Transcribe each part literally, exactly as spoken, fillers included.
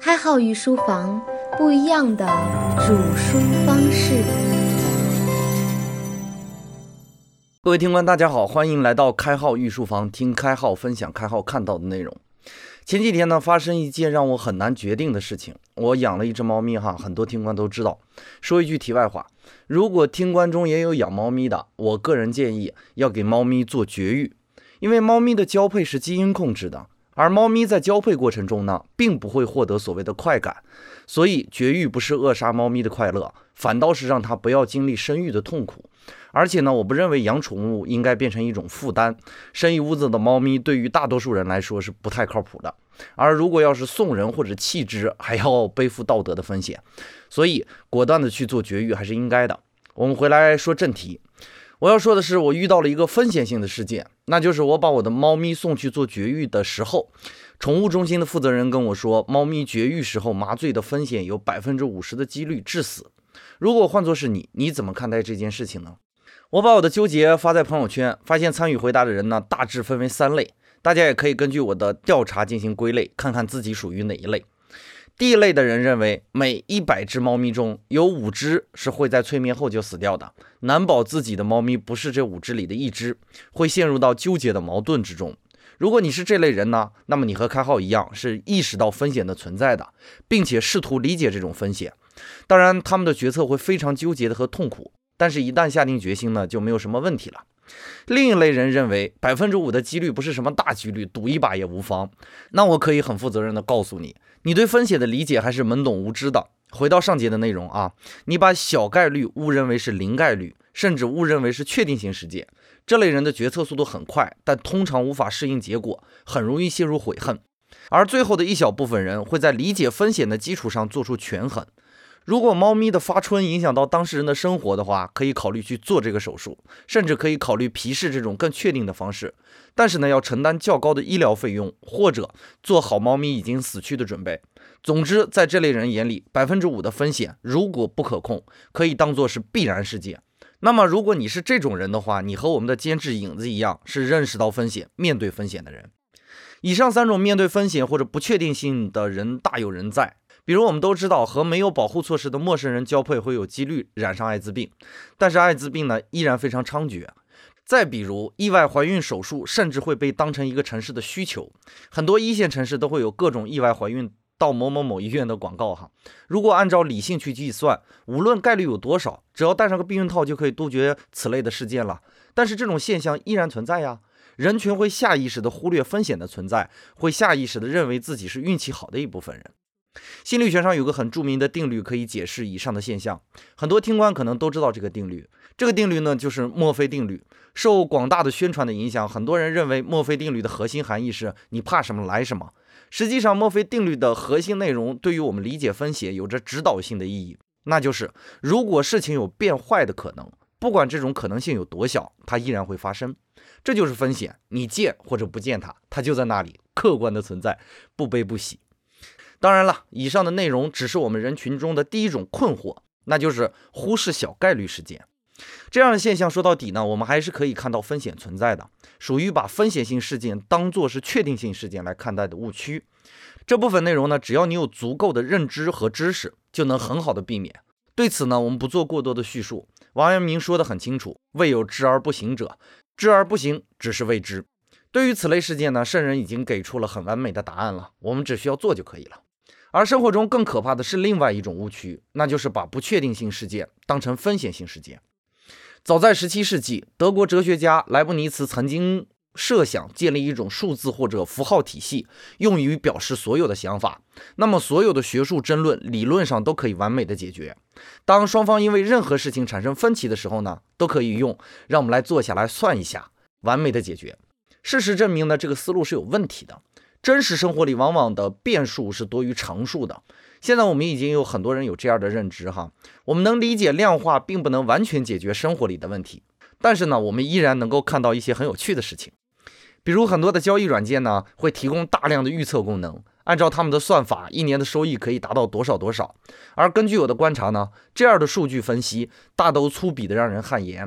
开号御书房，不一样的煮书方式。 各位听官大家好，欢迎来到开号御书房，听开号分享开号看到的内容。前几天呢，发生一件让我很难决定的事情。我养了一只猫咪哈，很多听官都知道。说一句题外话，如果听官中也有养猫咪的，我个人建议要给猫咪做绝育，因为猫咪的交配是基因控制的，而猫咪在交配过程中呢，并不会获得所谓的快感，所以绝育不是扼杀猫咪的快乐，反倒是让它不要经历生育的痛苦。而且呢，我不认为养宠物应该变成一种负担，生一屋子的猫咪对于大多数人来说是不太靠谱的，而如果要是送人或者弃之，还要背负道德的风险，所以果断的去做绝育还是应该的。我们回来说正题，我要说的是，我遇到了一个风险性的事件，那就是我把我的猫咪送去做绝育的时候，宠物中心的负责人跟我说，猫咪绝育时候麻醉的风险有 百分之五十 的几率致死。如果换作是你，你怎么看待这件事情呢？我把我的纠结发在朋友圈，发现参与回答的人呢，大致分为三类，大家也可以根据我的调查进行归类，看看自己属于哪一类。第一类的人认为，每一百只猫咪中有五只是会在催眠后就死掉的，难保自己的猫咪不是这五只里的一只，会陷入到纠结的矛盾之中。如果你是这类人呢，那么你和开号一样，是意识到风险的存在的，并且试图理解这种风险。当然，他们的决策会非常纠结的和痛苦，但是一旦下定决心呢，就没有什么问题了。另一类人认为 百分之五 的几率不是什么大几率，赌一把也无妨。那我可以很负责任的告诉你，你对风险的理解还是懵懂无知的。回到上节的内容啊，你把小概率误认为是零概率，甚至误认为是确定性事件。这类人的决策速度很快，但通常无法适应结果，很容易陷入悔恨。而最后的一小部分人会在理解风险的基础上做出权衡。如果猫咪的发春影响到当事人的生活的话，可以考虑去做这个手术，甚至可以考虑皮试这种更确定的方式。但是呢，要承担较高的医疗费用，或者做好猫咪已经死去的准备。总之，在这类人眼里 百分之五 的风险如果不可控，可以当作是必然事件。那么如果你是这种人的话，你和我们的监制影子一样，是认识到风险、面对风险的人。以上三种面对风险或者不确定性的人大有人在。比如我们都知道，和没有保护措施的陌生人交配会有几率染上艾滋病，但是艾滋病呢依然非常猖獗。再比如意外怀孕手术甚至会被当成一个城市的需求，很多一线城市都会有各种意外怀孕到某某某医院的广告哈。如果按照理性去计算，无论概率有多少，只要戴上个避孕套就可以杜绝此类的事件了。但是这种现象依然存在呀，人群会下意识的忽略风险的存在，会下意识的认为自己是运气好的一部分人。心理学上有个很著名的定律可以解释以上的现象，很多听官可能都知道这个定律。这个定律呢，就是墨菲定律。受广大的宣传的影响，很多人认为墨菲定律的核心含义是你怕什么来什么。实际上，墨菲定律的核心内容对于我们理解风险有着指导性的意义，那就是如果事情有变坏的可能，不管这种可能性有多小，它依然会发生。这就是风险，你见或者不见它，它就在那里，客观的存在，不悲不喜。当然了，以上的内容只是我们人群中的第一种困惑，那就是忽视小概率事件。这样的现象说到底呢，我们还是可以看到风险存在的，属于把风险性事件当作是确定性事件来看待的误区。这部分内容呢，只要你有足够的认知和知识，就能很好的避免。对此呢，我们不做过多的叙述。王阳明说得很清楚，未有知而不行者，知而不行只是未知。对于此类事件呢，圣人已经给出了很完美的答案了，我们只需要做就可以了。而生活中更可怕的是另外一种误区，那就是把不确定性事件当成风险性事件。早在十七世纪，德国哲学家莱布尼茨曾经设想建立一种数字或者符号体系，用于表示所有的想法，那么所有的学术争论理论上都可以完美的解决。当双方因为任何事情产生分歧的时候呢，都可以用让我们来坐下来算一下，完美的解决。事实证明呢，这个思路是有问题的。真实生活里往往的变数是多于常数的。现在我们已经有很多人有这样的认知哈，我们能理解量化并不能完全解决生活里的问题，但是呢，我们依然能够看到一些很有趣的事情。比如很多的交易软件呢，会提供大量的预测功能，按照他们的算法，一年的收益可以达到多少多少。而根据我的观察呢，这样的数据分析大都粗鄙的让人汗颜。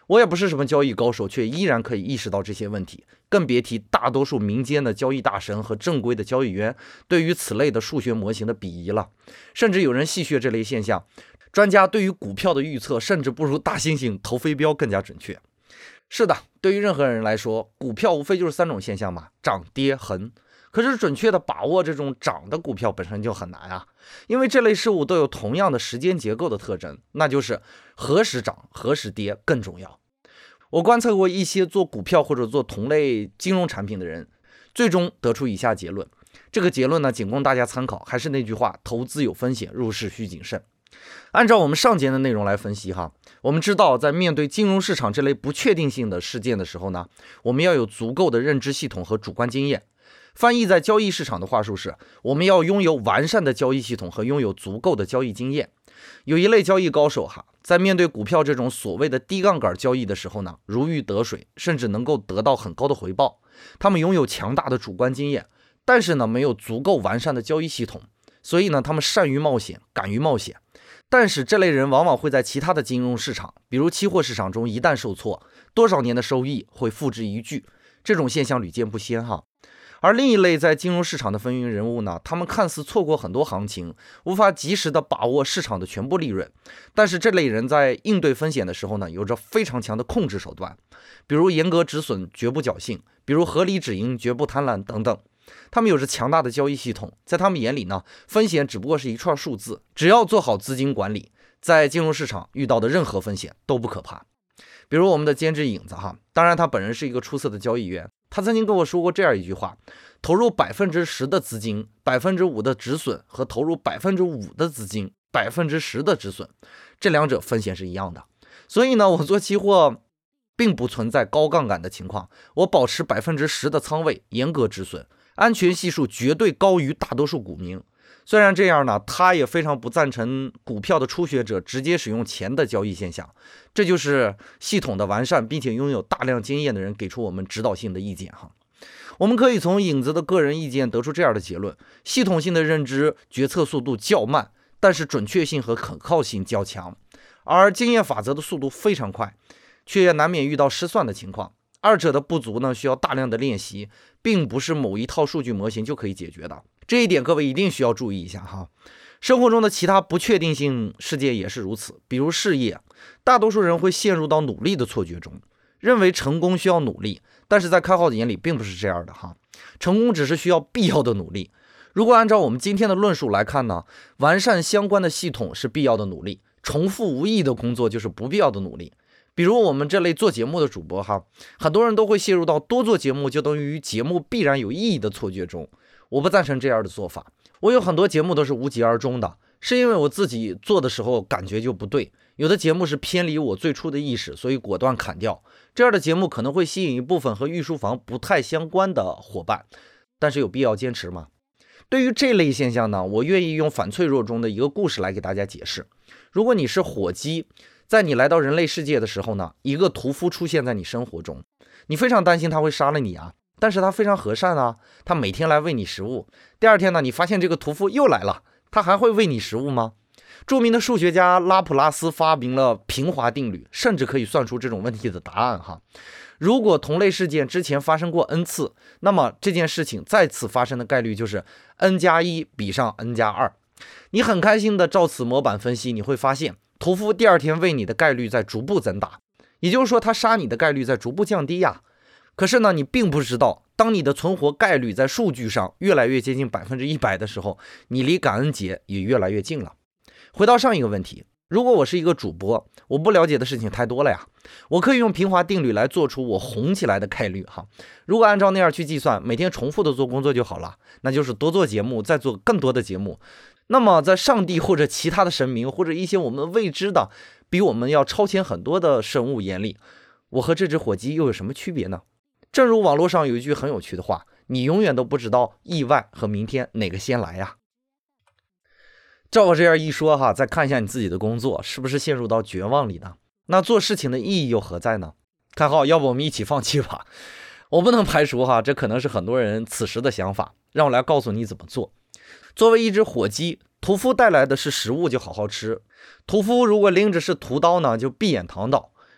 我也不是什么交易高手，却依然可以意识到这些问题，更别提大多数民间的交易大神和正规的交易员对于此类的数学模型的鄙夷了。甚至有人戏谑这类现象，专家对于股票的预测甚至不如大猩猩投飞镖更加准确。是的，对于任何人来说，股票无非就是三种现象嘛，涨跌横。可是准确的把握这种涨的股票本身就很难啊，因为这类事物都有同样的时间结构的特征，那就是何时涨何时跌更重要。我观测过一些做股票或者做同类金融产品的人，最终得出以下结论。这个结论呢，仅供大家参考，还是那句话，投资有风险，入市需谨慎。按照我们上节的内容来分析哈，我们知道在面对金融市场这类不确定性的事件的时候呢，我们要有足够的认知系统和主观经验。翻译在交易市场的话术是，我们要拥有完善的交易系统和拥有足够的交易经验。有一类交易高手哈，在面对股票这种所谓的低杠杆交易的时候呢，如鱼得水，甚至能够得到很高的回报。他们拥有强大的主观经验，但是呢，没有足够完善的交易系统，所以呢，他们善于冒险，敢于冒险。但是这类人往往会在其他的金融市场，比如期货市场中一旦受挫，多少年的收益会付之一炬，这种现象屡见不鲜哈。而另一类在金融市场的风云人物呢，他们看似错过很多行情，无法及时的把握市场的全部利润，但是这类人在应对风险的时候呢，有着非常强的控制手段，比如严格止损绝不侥幸，比如合理止盈绝不贪婪等等。他们有着强大的交易系统，在他们眼里呢，风险只不过是一串数字，只要做好资金管理，在金融市场遇到的任何风险都不可怕。比如我们的监制影子哈，当然他本人是一个出色的交易员，他曾经跟我说过这样一句话：投入百分之十的资金，百分之五的止损和投入百分之五的资金，百分之十的止损，这两者风险是一样的。所以呢，我做期货并不存在高杠杆的情况，我保持百分之十的仓位，严格止损，安全系数绝对高于大多数股民。虽然这样呢，他也非常不赞成股票的初学者直接使用钱的交易现象，这就是系统的完善并且拥有大量经验的人给出我们指导性的意见哈。我们可以从影子的个人意见得出这样的结论：系统性的认知决策速度较慢，但是准确性和可靠性较强，而经验法则的速度非常快，却难免遇到失算的情况。二者的不足呢，需要大量的练习，并不是某一套数据模型就可以解决的。这一点各位一定需要注意一下哈。生活中的其他不确定性事件也是如此，比如事业，大多数人会陷入到努力的错觉中，认为成功需要努力，但是在开号的眼里并不是这样的哈，成功只是需要必要的努力。如果按照我们今天的论述来看呢，完善相关的系统是必要的努力，重复无意义的工作就是不必要的努力。比如我们这类做节目的主播哈，很多人都会陷入到多做节目就等于节目必然有意义的错觉中。我不赞成这样的做法。我有很多节目都是无疾而终的，是因为我自己做的时候感觉就不对，有的节目是偏离我最初的意识，所以果断砍掉。这样的节目可能会吸引一部分和御书房不太相关的伙伴，但是有必要坚持吗？对于这类现象呢，我愿意用反脆弱中的一个故事来给大家解释。如果你是火鸡，在你来到人类世界的时候呢，一个屠夫出现在你生活中，你非常担心他会杀了你啊，但是他非常和善啊，他每天来喂你食物。第二天呢，你发现这个屠夫又来了，他还会喂你食物吗？著名的数学家拉普拉斯发明了平滑定律，甚至可以算出这种问题的答案哈。如果同类事件之前发生过 n 次，那么这件事情再次发生的概率就是 n 加一比上 n 加二。你很开心的照此模板分析，你会发现屠夫第二天喂你的概率在逐步增大，也就是说他杀你的概率在逐步降低呀。可是呢，你并不知道，当你的存活概率在数据上越来越接近百分之一百的时候，你离感恩节也越来越近了。回到上一个问题，如果我是一个主播，我不了解的事情太多了呀，我可以用平滑定律来做出我红起来的概率哈。如果按照那样去计算，每天重复的做工作就好了，那就是多做节目，再做更多的节目。那么在上帝或者其他的神明或者一些我们未知的比我们要超前很多的生物眼里，我和这只火鸡又有什么区别呢？正如网络上有一句很有趣的话，你永远都不知道意外和明天哪个先来呀。照我这样一说哈，再看一下你自己的工作，是不是陷入到绝望里呢？那做事情的意义又何在呢？看好，要不我们一起放弃吧。我不能排除哈，这可能是很多人此时的想法，让我来告诉你怎么做。作为一只火鸡，屠夫带来的是食物就好好吃，屠夫如果拎着是屠刀呢，就闭眼躺倒。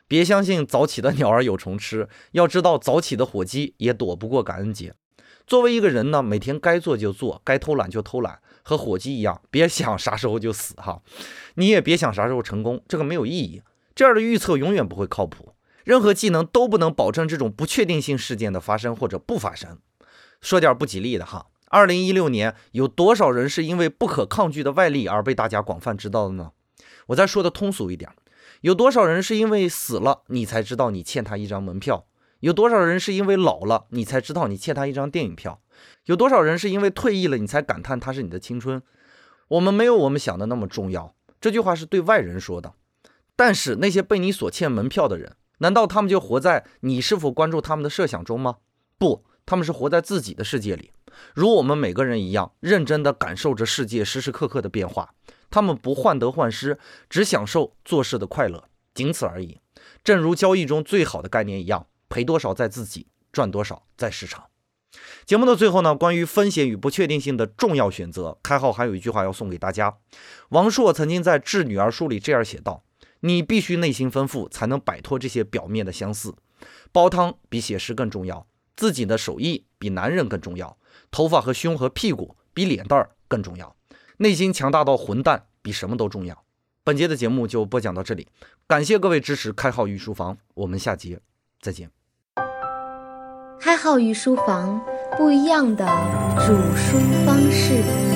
别相信早起的鸟儿有虫吃，要知道早起的火鸡也躲不过感恩节。作为一个人呢，每天该做就做，该偷懒就偷懒，和火鸡一样，别想啥时候就死哈，你也别想啥时候成功，这个没有意义。这样的预测永远不会靠谱，任何技能都不能保证这种不确定性事件的发生或者不发生。说点不吉利的哈，二零一六年有多少人是因为不可抗拒的外力而被大家广泛知道的呢？我再说的通俗一点，有多少人是因为死了你才知道你欠他一张门票？有多少人是因为老了你才知道你欠他一张电影票？有多少人是因为退役了你才感叹他是你的青春？我们没有我们想的那么重要，这句话是对外人说的。但是那些被你所欠门票的人，难道他们就活在你是否关注他们的设想中吗？不，他们是活在自己的世界里，如我们每个人一样，认真地感受着世界时时刻刻的变化。他们不患得患失，只享受做事的快乐，仅此而已。正如交易中最好的概念一样，赔多少在自己，赚多少在市场。节目的最后呢，关于风险与不确定性的重要选择，开号还有一句话要送给大家。王朔曾经在《致女儿书》里这样写道：你必须内心丰富，才能摆脱这些表面的相似。煲汤比写诗更重要，自己的手艺比男人更重要，头发和胸和屁股比脸蛋儿更重要，内心强大到混蛋比什么都重要。本节的节目就播讲到这里，感谢各位支持开号御书房，我们下节再见。 开号御书房，不一样的煮书方式。